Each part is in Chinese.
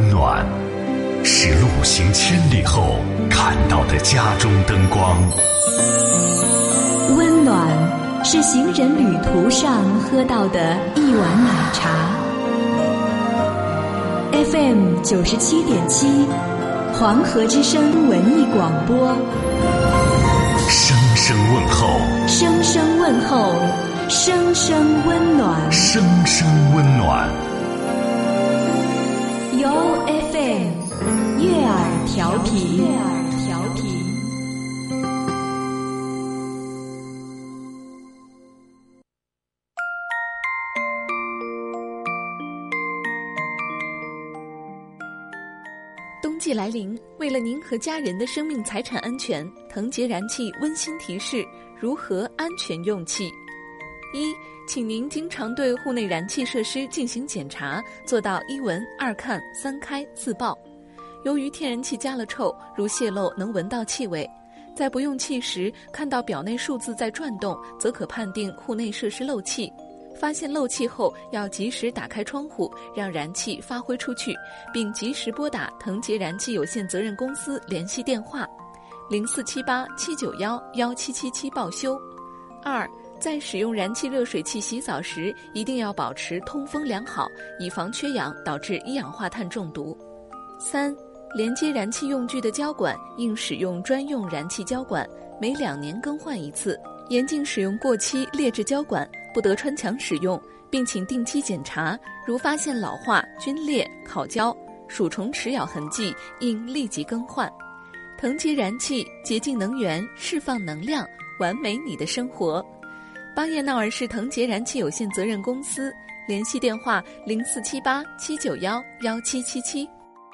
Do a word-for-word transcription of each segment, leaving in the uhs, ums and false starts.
温暖，是路行千里后看到的家中灯光。 温暖是行人旅途上喝到的一碗奶茶。F M 九十七点七，黄河之声文艺广播。 声声问候， 声声问候，声声温暖， 声声温暖。 由 F M 悦耳调频，悦耳调频。 冬季来临，为了您和家人的生命财产安全，腾杰燃气温馨提示如何安全用气。一，请您经常对户内燃气设施进行检查，做到一闻、二看、三开、四报。由于天然气加了臭，如泄漏能闻到气味，在不用气时看到表内数字在转动，则可判定户内设施漏气。发现漏气后，要及时打开窗户，让燃气发挥出去，并及时拨打腾杰燃气有限责任公司联系电话零四七八七九幺幺七七七报修。二，在使用燃气热水器洗澡时，一定要保持通风良好，以防缺氧导致一氧化碳中毒。三，连接燃气用具的胶管应使用专用燃气胶管，每两年更换一次。严禁使用过期劣质胶管，不得穿墙使用，并请定期检查，如发现老化、皲裂、烤焦、鼠虫齿咬痕迹，应立即更换。腾杰燃气，洁净能源，释放能量，完美你的生活。巴彦淖尔市腾杰燃气有限责任公司，联系电话零四七八七九幺幺七七七。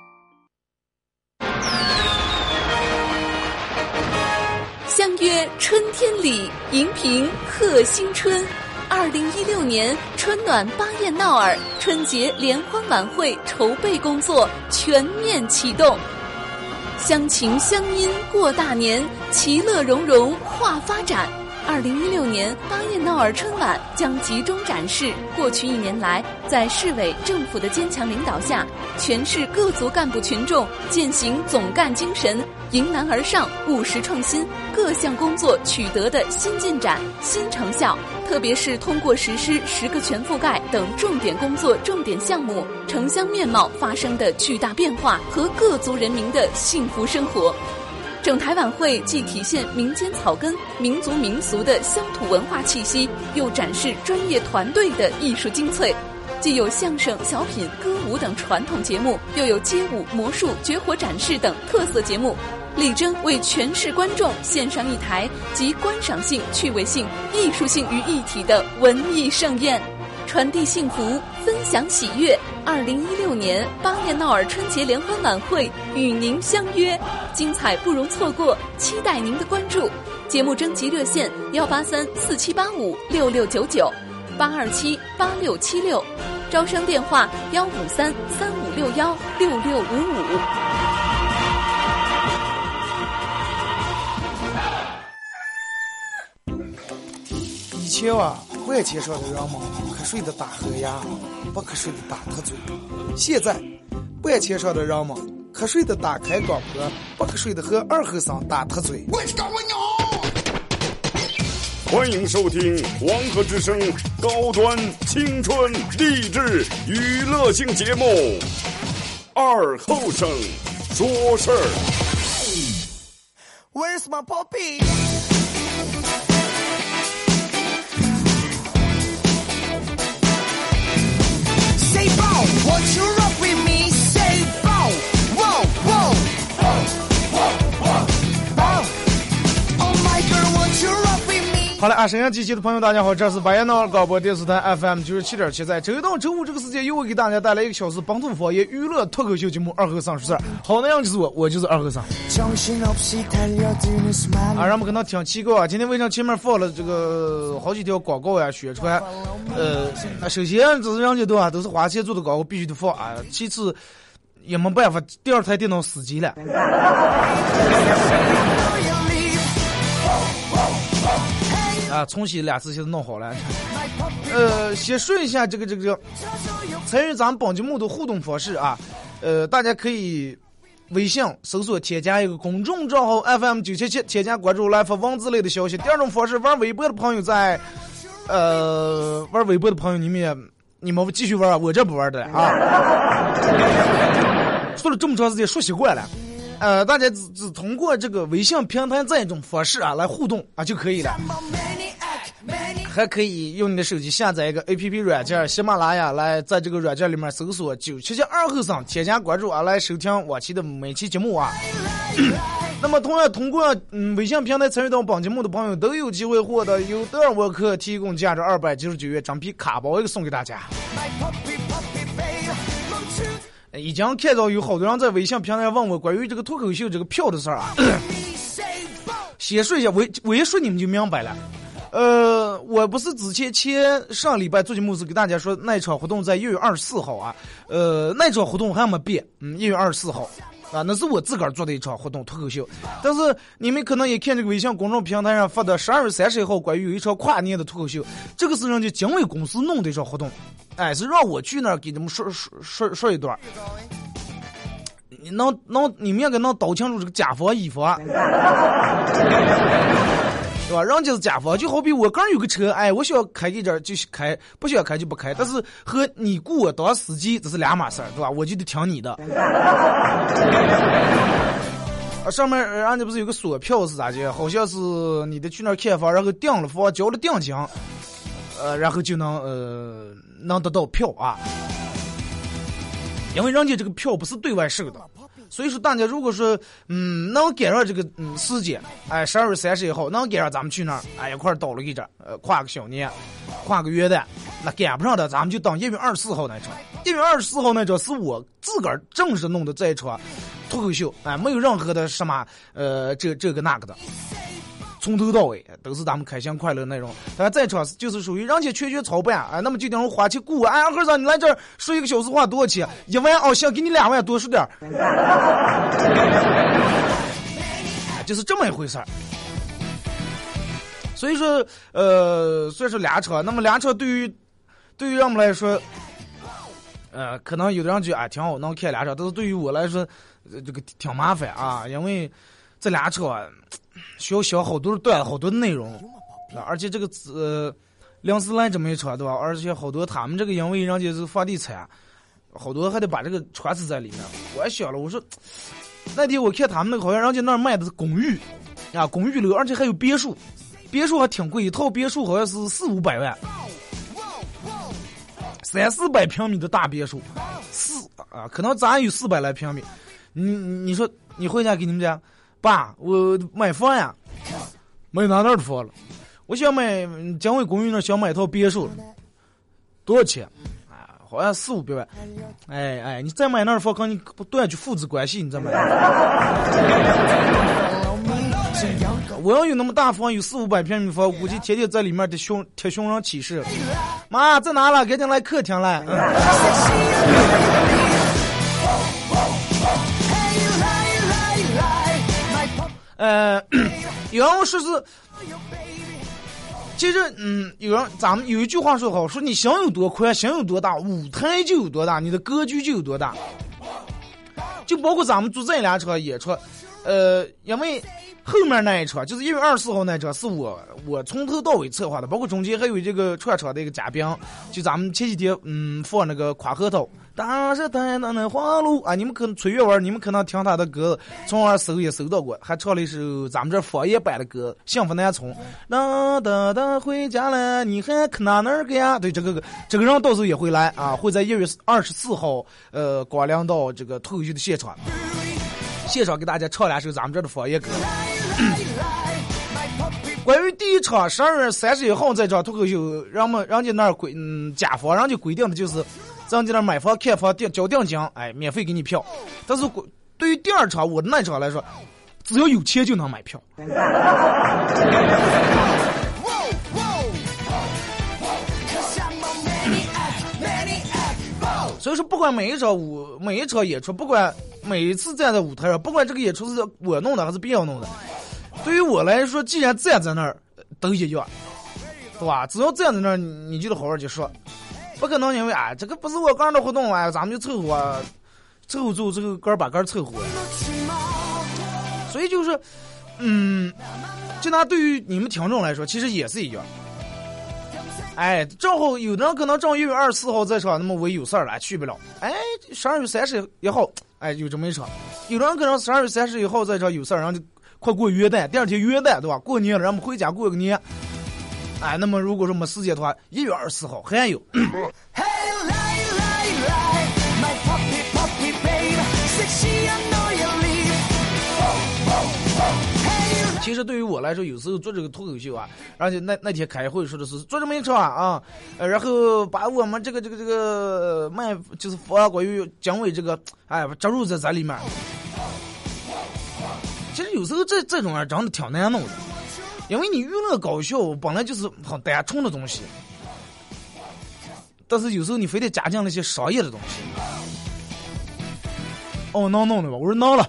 相约春天里，荧屏贺新春。二零一六年春暖巴彦淖尔春节联欢晚会筹备工作全面启动，乡情乡音过大年，其乐融融话发展。二零一六年巴彦淖尔春晚将集中展示过去一年来，在市委政府的坚强领导下，全市各族干部群众践行总干精神，迎难而上，务实创新，各项工作取得的新进展、新成效，特别是通过实施十个全覆盖等重点工作重点项目，城乡面貌发生的巨大变化和各族人民的幸福生活。整台晚会既体现民间草根、民族民俗的乡土文化气息，又展示专业团队的艺术精粹。既有相声、小品、歌舞等传统节目，又有街舞、魔术、绝活展示等特色节目，力争为全市观众献上一台集观赏性、趣味性、艺术性于一体的文艺盛宴，传递幸福，分享喜悦。二零一六年巴彦淖尔春节联欢晚会与您相约，精彩不容错过，期待您的关注。节目征集热线幺八三四七八五六六九九八二七八六七六，招商电话幺五三三五六幺六六五五。 以前啊，换钱上的人们瞌睡的打呵牙，不瞌睡的打特嘴。现在，半钱上的人们瞌睡的打开广播，不瞌睡的和二和尚打特嘴。 欢迎收听黄河之声高端青春励志娱乐性节目《二后生说事儿》。 Where's my puppy? Say bow, won't you rock with me? Say bow, whoa, whoa, whoa, whoa, bow. Oh my girl, won't you rock with me? 好了，啊，沈阳机器的朋友，大家好，这是巴彦淖尔广播电视台 F M 九十七点七，在周一到周五这个时间，又会给大家带来一个小时本土方言娱乐脱口秀节目《二和尚说事儿》。好，那样就是我，我就是二和尚。啊，让我们可能挺奇怪啊，今天为啥前面放了这个好几条广告呀、宣传？呃，那首先这是人家都啊都是花钱做的广告，必须得放啊。其次也没办法，第二台电脑死机了。啊，重新两次现在弄好了。呃，先说一下这个这个参与咱们本节目的互动方式啊。 呃，大家可以微信搜索添加一个公众账号 F M 九七七，添加关注来发文字类的消息。第二种方式，玩微博的朋友在呃玩微博的朋友，你们也你们继续玩啊，我这不玩的啊。说了这么长时间，说习惯了。呃，大家只只通过这个微信平台这一种方式啊来互动啊就可以了。还可以用你的手机下载一个 A P P 软件喜马拉雅，来在这个软件里面搜索九七七二后生，添加关注啊，来收听往期的每期节目啊。那么同样通过嗯微信平台参与到本节目的朋友都有机会获得由德尔沃克提供价值二百九十九元整批卡包一个送给大家。已经看到有好多人在微信平台问我关于这个脱口秀这个票的事儿啊。先说一下，我我一说你们就明白了。呃，我不是之前前上礼拜做节目是给大家说那场活动在一月二十四号啊，呃，那场活动还没变，嗯，一月二十四号啊，那是我自个儿做的一场活动脱口秀。但是你们可能也看这个微信公众平台上发的十二月三十号关于有一场跨年的脱口秀，这个是人家经纬公司弄的一场活动，哎，是让我去那儿给他们说说说说一段。你能能你们应该能搞清楚这个甲方乙方。对吧？人家是甲方，就好比我刚有个车，哎，我想开一点就开，不想开就不开。但是和你雇我当司机这是两码事儿，对吧？我就得听你的。啊，上面人家不是有个锁票是咋的？好像是你得去那儿看房，然后订了房，交了定金，呃，然后就能呃能得到票啊。因为人家这个票不是对外售的。所以说，大家如果说，嗯，能赶上这个嗯时间，哎，十二月三十一号能赶上咱们去那儿，哎，一块儿倒了一阵，呃，跨个小年，跨个元旦，那赶不上的，咱们就当一月二十四号那场。一月二十四号那场是我自个儿正式弄的这一场脱口秀，哎，没有任何的什么，呃，这这个那个的。从头到尾都是咱们开心快乐内容，但这场就是属于人家全权操办啊，那么就等于花钱雇我，哎，二哥你来这儿说一个小时话多少钱？一万哦，行，给你两万，多说点儿，就是这么一回事儿。所以说，呃，虽然说俩车，那么俩车对于对于让我们来说，呃，可能有的人觉得啊挺好，能开俩车，但是对于我来说，呃、这个挺麻烦啊，因为这俩车、啊。需要想好多段好多内容，而且这个呃梁思来这么一场对吧？而且好多他们这个因为人家是房地产，好多还得把这个传死在里面。我还想了，我说那天我看他们那个好像人家那儿卖的是公寓啊，公寓楼，而且还有别墅，别墅还挺贵，一套别墅好像是四五百万，三四百平米的大别墅，四啊，可能咱有四百来平米。你你说你回家给你们家？爸，我买房呀，没拿那儿的房了。我想买江汇公寓那想买一套别墅了，多少钱？啊，好像四五百万。哎哎，你再买那儿房，可能你断绝父子关系，你再买。我要有那么大房，有四五百平米房，我估计天天在里面的熊贴熊人启事。妈，在哪了？赶紧来客厅来。嗯呃，有人说是，其实，嗯，有人咱们有一句话说好，说你心有多宽，心有多大，舞台就有多大，你的格局就有多大。就包括咱们做这俩车也说，呃，因为后面那一场就是一月二十四号那一场是我我从头到尾策划的，包括中间还有这个串场的一个嘉宾，就咱们前几天嗯放那个垮核桃。大是太难的花路啊！你们可能吹乐玩，你们可能听他的歌，从而搜也搜到过，还唱了一首咱们这方言版的歌《幸福南从》。哒哒哒，回家了，你还去哪哪个呀？对，这个这个人到时候也会来啊，会在一月二十四号，呃，光亮到这个脱口秀的现场，现场给大家唱两首咱们这的方言歌。关于第一场十二月三十一号这场脱口秀，人们人家那儿规嗯甲方人家规定的就是。咱在那买房看房交定金，哎，免费给你票。但是对于第二场我的那场来说，只要有钱就能买票。所以说，不管每一场舞、每一场演出，不管每一次站在舞台上，不管这个演出是我弄的还是别人弄的，对于我来说，既然站在那儿都一样，对吧？只要站在那儿，你就得好好去说。不可能因为啊，这个不是我刚的活动啊，咱们就凑合、啊， 凑合住这个杆把杆凑合。所以就是，嗯，就拿对于你们听众来说，其实也是一样。哎，正好有的人可能正一月二十四号在场，那么我有事儿了，去不了。哎，十二月三十一号，哎，有这么一场。有的人可能十二月三十一号在场有事儿，然后就快过元旦，第二天元旦对吧？过年了，让我们回家过个年。哎，那么如果说没时间的话，一月二十四号还有。其实对于我来说，有时候做这个脱口秀啊，而且那那天开会说的是做这么一场啊，呃，然后把我们这个这个这个卖就是佛关于讲委这个哎植入在在里面。其实有时候这这种啊真的挺难弄的，因为你娱乐搞笑本来就是很单纯的东西，但是有时候你非得加进那些商业的东西。哦，能弄的吧？我说能了。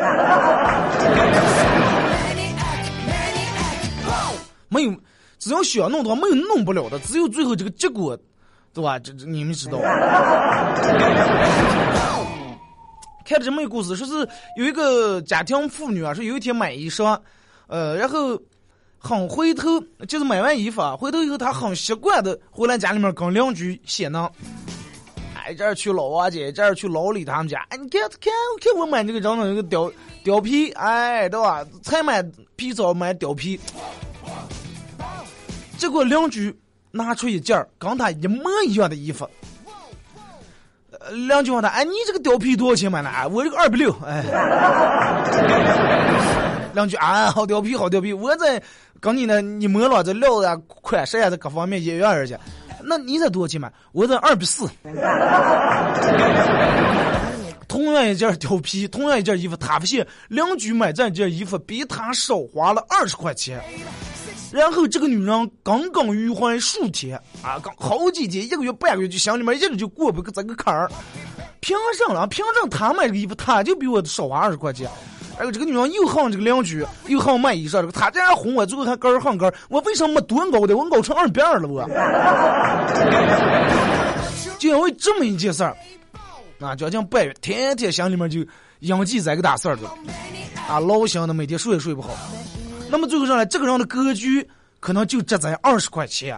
没有，只要想弄的话，没有弄不了的，只有最后这个结果，对吧？这这你们知道。看了这么一个故事，说是有一个家庭妇女啊，说有一天买衣裳，呃，然后很回头，就是买完衣服啊，回头以后她很习惯的回来家里面跟邻居闲呢。哎，这儿去老王家，这儿去老李他们家，哎，你看看看我买这个长的那个貂貂皮，哎，对吧？才买皮草买貂皮。结果邻居拿出一件跟他一模一样的衣服，呃，邻居问他：“哎，你这个貂皮多少钱买的？”哎，我这个二百六。哎，邻居啊，好貂皮，好貂皮，我在跟你呢，你摸了这料啊、款式啊，这各方面一样而且，那你才多少钱买？我在二百四。同样一件貂皮，同样一件衣服，他发现邻居买这件衣服比他少花了二十块钱。然后这个女人刚刚余欢数天啊，刚好几天，一个月半个月就心里面一直就过不个这个坎儿。凭上了，凭上他买这个衣服，他就比我少花二十块钱。然后这个女人又恨这个邻居，又恨卖衣裳，这个他这样哄我，最后还根儿恨根儿，我为什么没多高的？我高成二百二了我。就因为这么一件事儿，啊，将近半月，天天心里面就养记这个大事儿的，啊，老想的每天睡也睡不好。那么最后上来，这个人的格局可能就值在二十块钱。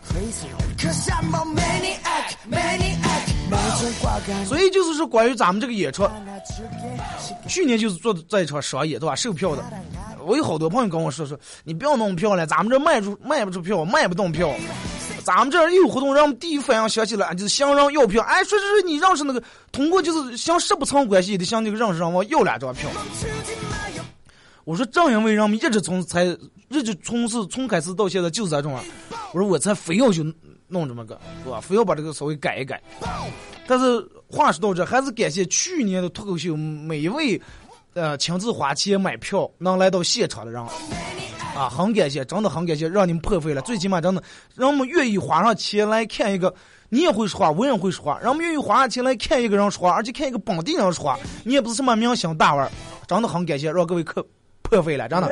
所以就是说，关于咱们这个演出，去年就是做在一场商业，对吧？售票的，我有好多朋友跟我说说，你不要弄票了，咱们这卖出卖不出票，卖不动票。咱们这儿有活动，让我们第一反应想起来就是想让要票，哎，说是你认识那个，通过就是想什不层关系的，像那个认识让我要两张票。我说正因为人们一直从才一直从事从开始到现在就是这种啊，我说我才非要就弄这么个，对吧？非要把这个稍微改一改。但是话说到这，还是感谢去年的脱口秀每一位呃亲自花钱买票能来到现场的人啊，很感谢，真的很感谢，让你们破费了。最起码真的让我们愿意花上钱来看一个，你也会说话，我也会说话，让我们愿意花上钱来看一个人说话，而且看一个本地人说话，你也不是什么明星大腕，真的很感谢，让各位客。破费了，真的。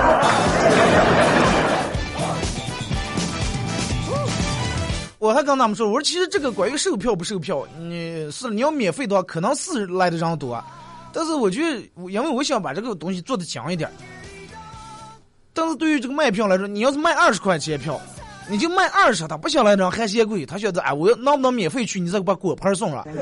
我还跟他们说，我说其实这个关于售票不售票，你是你要免费的话，可能是来的人多，但是我觉得，因为我想把这个东西做得强一点。但是对于这个卖票来说，你要是卖二十块钱票，你就卖二十，他不想来的人还嫌贵，他觉得哎，我要能不能免费去？你再把果盘送了。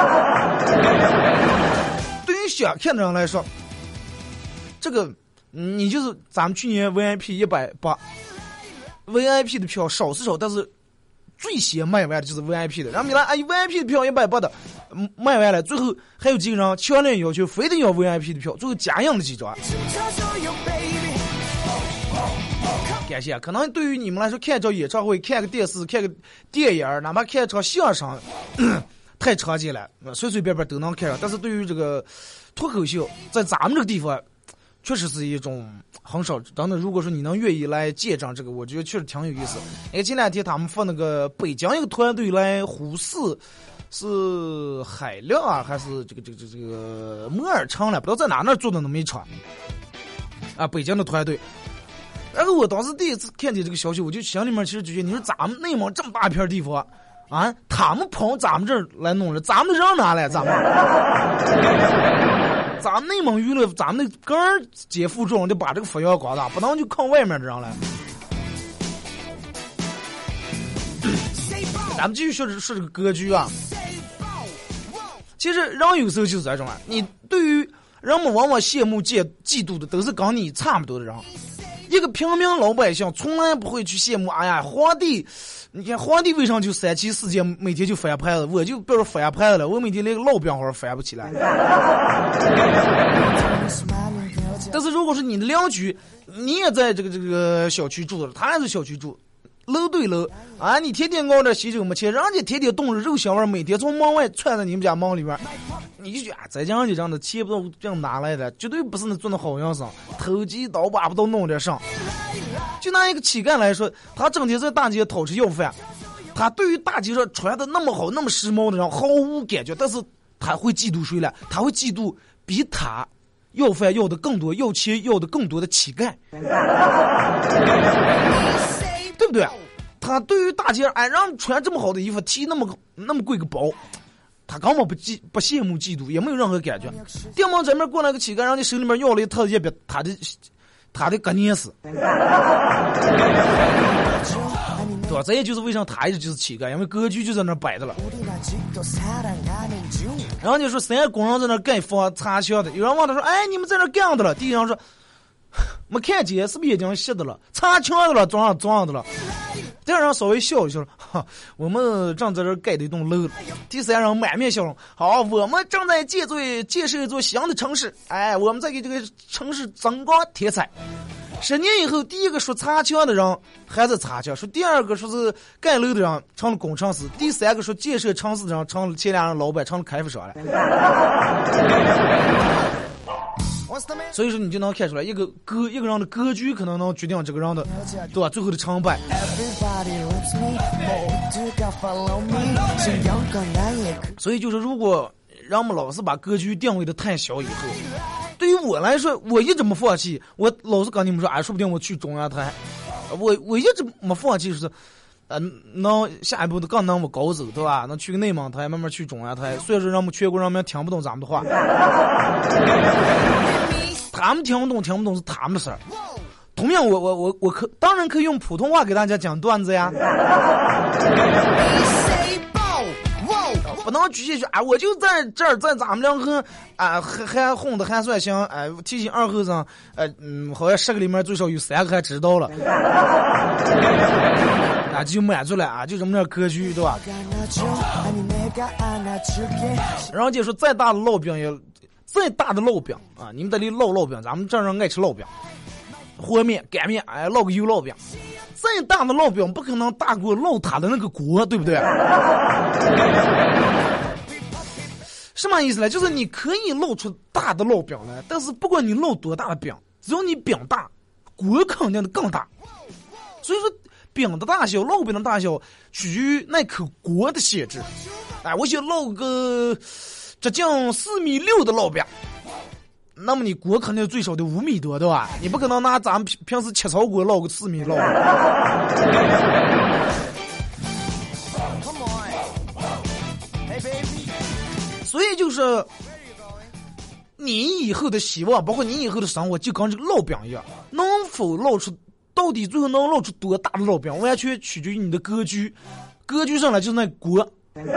对于想看的人来说，这个。你就是咱们去年 V I P 一百八 ，V I P 的票少是少，但是最先卖完的就是 V I P 的。然后你来，哎 ，V I P 的票一百八的卖完了，最后还有几个人强烈要求非得要 V I P 的票，最后加印了几张。感谢，可能对于你们来说，看场演唱会、看个电视、看个电影，哪怕看场相声，太常见了，随随便便都能看上。但是对于这个脱口秀，在咱们这个地方。确实是一种很少，真的。如果说你能愿意来见证这个，我觉得确实挺有意思。因为前两天他们放那个北京一个团队来呼市，是海亮啊，还是这个这个这个这个摩尔城了，不知道在哪那做的那么一场啊，北京的团队。然后我当时第一次看见这个消息，我就心里面其实就觉得，你说咱们内蒙这么大一片地方啊，他们跑咱们这儿来弄了，咱们人哪来？咱们，咱们内蒙娱乐，咱们个人肩负重就把这个发扬光大，不能就靠外面的人来。咱们继续说说这个格局啊。其实人有时候就是这种啊，你对于人们往往羡慕嫉嫉妒的都是跟你差不多的人。一个平民老百姓从来不会去羡慕，哎呀，皇帝，你看皇帝为啥就三七四节每天就翻牌子，我就别说翻牌子了，我每天连个烙饼好翻不起来。但是如果是你的邻居，你也在这个这个小区住的，他也是小区住，楼对楼啊，你天天熬着洗手没钱，人家天天冻着肉香味，每天从门外窜在你们家门里边，你就觉得在家里这样的钱不知道这样拿来的，绝对不是那做的好样子，投机倒把不都弄点上。就拿一个乞丐来说，他整天在大街讨吃要饭，他对于大街上穿的那么好那么时髦的人毫无感觉，但是他会嫉妒谁呢？他会嫉妒比他要饭要的更多，要钱要的更多的乞丐。对不对？他对于大街哎，让穿这么好的衣服，提那么那么贵个包，他根本不嫉不羡慕嫉妒，也没有任何感觉。电门这边过来个乞丐，让你手里面要了一套叶饼，他的他的个捏死，对吧？这也就是为什么他一直就是乞丐，因为格局就在那摆着了。然后就说三个工人在那盖房擦墙的，有人问他说：“哎，你们在那干的了？”第一人说。没看见，是不是眼睛瞎的了？擦墙的了，撞上撞的了。第二人稍微笑一笑，哈，我们正在这盖的一栋楼。第三人满面笑容，好，我们正在建造建设一座新的城市，哎，我们在给这个城市增光添彩。十年以后，第一个说擦墙的人还在擦墙，说第二个说是盖楼的人成了工程师，第三个说建设城市的人成了前两人老板，成了开发商了。所以说你就能看出来，一个格一个人的格局可能能决定这个人的，对吧？最后的成败。所以就是如果人们老是把格局定位的太小以后，对于我来说，我一直没放弃。我老是跟你们说，哎，说不定我去中央台，我我一直没放弃，是。呃，能下一步的更能我高走，对吧？能去个内蒙台，慢慢去中央台。虽然说让我们全国人民听不懂咱们的话，他们听不懂，听不懂是他们的事儿。同样，我我我我可当然可以用普通话给大家讲段子呀。不能局限去啊！我就在这儿，在咱们两个啊，还还哄的还算行。哎，提醒二后生，呃，嗯，好像十个里面最少有三个还知道了。啊，就满足了啊，就这么点格局，对吧？然后就说再大的烙饼也，再大的烙饼啊，你们这里烙烙饼，咱们这儿人爱吃烙饼，和面、擀面，哎，烙个油烙饼。再大的烙饼不可能大过烙它的那个锅，对不对？什么意思呢？就是你可以烙出大的烙饼来，但是不管你烙多大的饼，只要你饼大，锅肯定的更大。所以说饼的大小，烙饼的大小取决于那口锅的限制。哎，我想烙个直径四米六的烙饼，那么你锅肯定最少得五米多，对吧？你不可能拿咱们平平时切草锅烙个四米烙。所以就是你以后的希望，包括你以后的生活，就跟这个烙饼一样，能否烙出，到底最后能烙出多大的烙饼，完全取决于你的格局。格局上来就是那锅。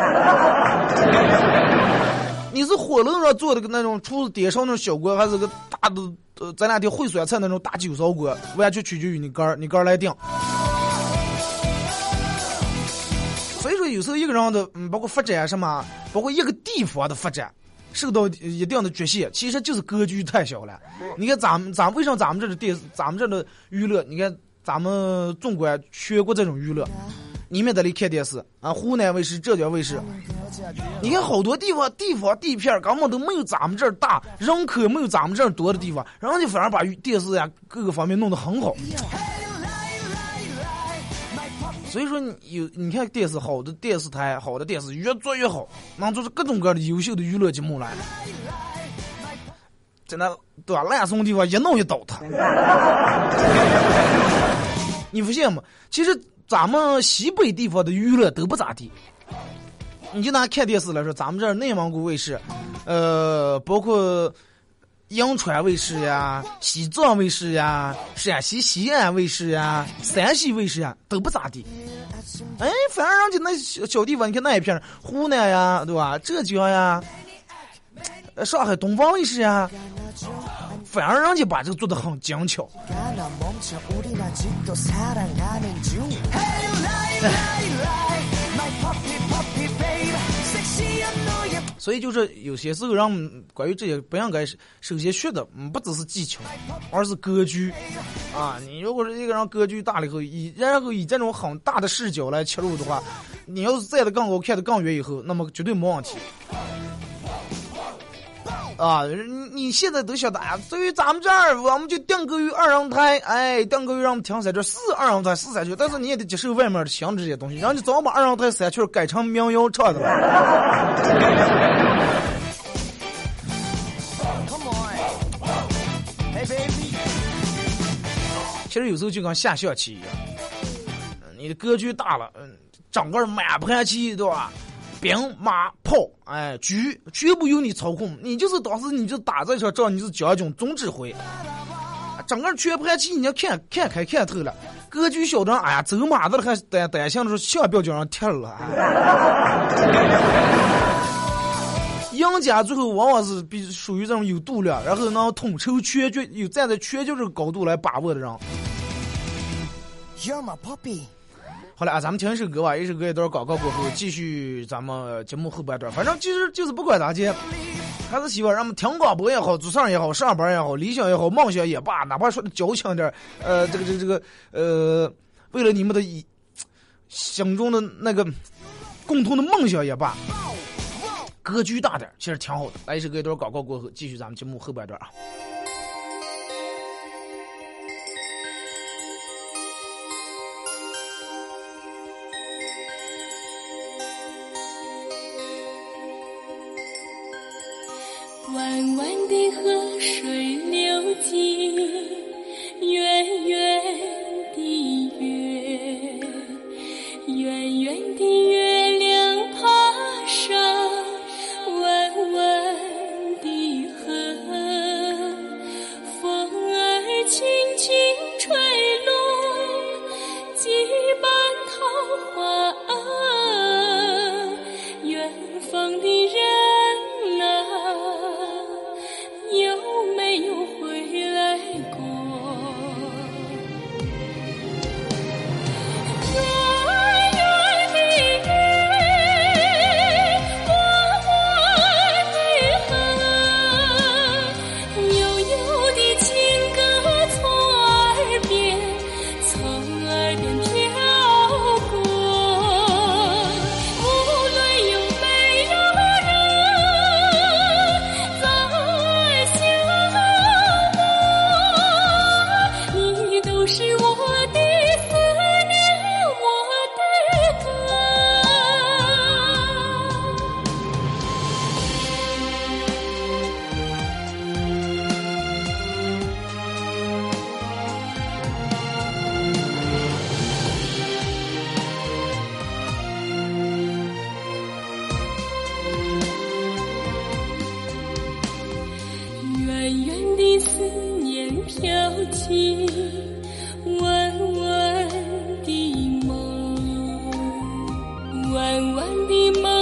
你是火炉上做的那种厨子点上那种小锅，还是个大的呃咱俩的烩酸菜那种大九勺锅，完全取决于你杆儿，你杆儿来定。所以说有时候一个人的嗯，包括发展什么，包括一个地方的发展受到一定的局限，其实就是格局太小了。你看咱们咱们为什么咱们这的电咱们这的娱乐，你看咱们纵观全国这种娱乐，你们在这里看电视啊，湖南卫视、浙江卫视，你看好多地方地方地片根本都没有咱们这儿大，人口也没有咱们这儿多的地方，然后你反而把电视呀各个方面弄得很好。所以说你有你看电视好的电视台好的电视越做越好，能做出各种各样的优秀的娱乐节目来，真的对吧？烂松地方一弄一倒塌。你发现吗？其实咱们西北地方的娱乐都不咋地， 你就拿看电视来说，咱们这儿内蒙古卫视，呃，包括银川卫视呀、西藏卫视呀、陕西西安卫视呀、山西卫视呀，都不咋地。哎，反而人家那小小地方，你看那一片，湖南呀，对吧？浙江呀，上海东方卫视呀，反而人家把这个做得很精巧。所以就是有些时候让关于这些不应该首先学的不只是技巧，而是格局啊！你如果是一个人格局大了以后，以然后以这种很大的视角来切入的话，你要是站得更高，看得更远以后，那么绝对没问题。啊，你你现在都晓得啊，对于咱们这儿，我们就定格于二人台，哎，定格于让我们停在这是二人台是三圈，但是你也得接受外面的想这些东西，然后就早把二人台三圈改成民谣唱的了。其实有时候就跟下象棋一样，你的格局大了，嗯，整个满盘棋，对吧？兵马炮，哎，车全部由你操控，你就是当时你就打这场仗，你是将军总指挥，整个全盘棋你要看看开看透了，格局小的，哎呀，走马的还担担心的说下标就让踢了，赢家最后往往是比属于这种有度量，然后能统筹全局，有站在全局这个高度来把握的人。 You're my puppy。 好了啊，咱们听一首歌吧，一首歌一段广告过后，继续咱们节目后半段。反正其实就是不管咋接，还是希望让我们听广播也好，做事也好，上班也好，理想也好，梦想也罢，哪怕说的矫情点，呃，这个这个这个，呃，为了你们的以心中的那个共同的梦想也罢，格局大点，其实挺好的。来一首歌一段广告过后，继续咱们节目后半段啊。 弯弯的河水流进圆圆的月，圆圆的月亮爬上弯弯的河，风儿轻轻吹落几瓣桃花啊，远方的人啊，有没有回来过？圆圆的月，弯弯的河，悠悠的情歌从耳边，从耳边飘过。无论有没有人在想我，你都是我的思念，我的歌。远远的思念飘起弯弯的梦，弯弯的梦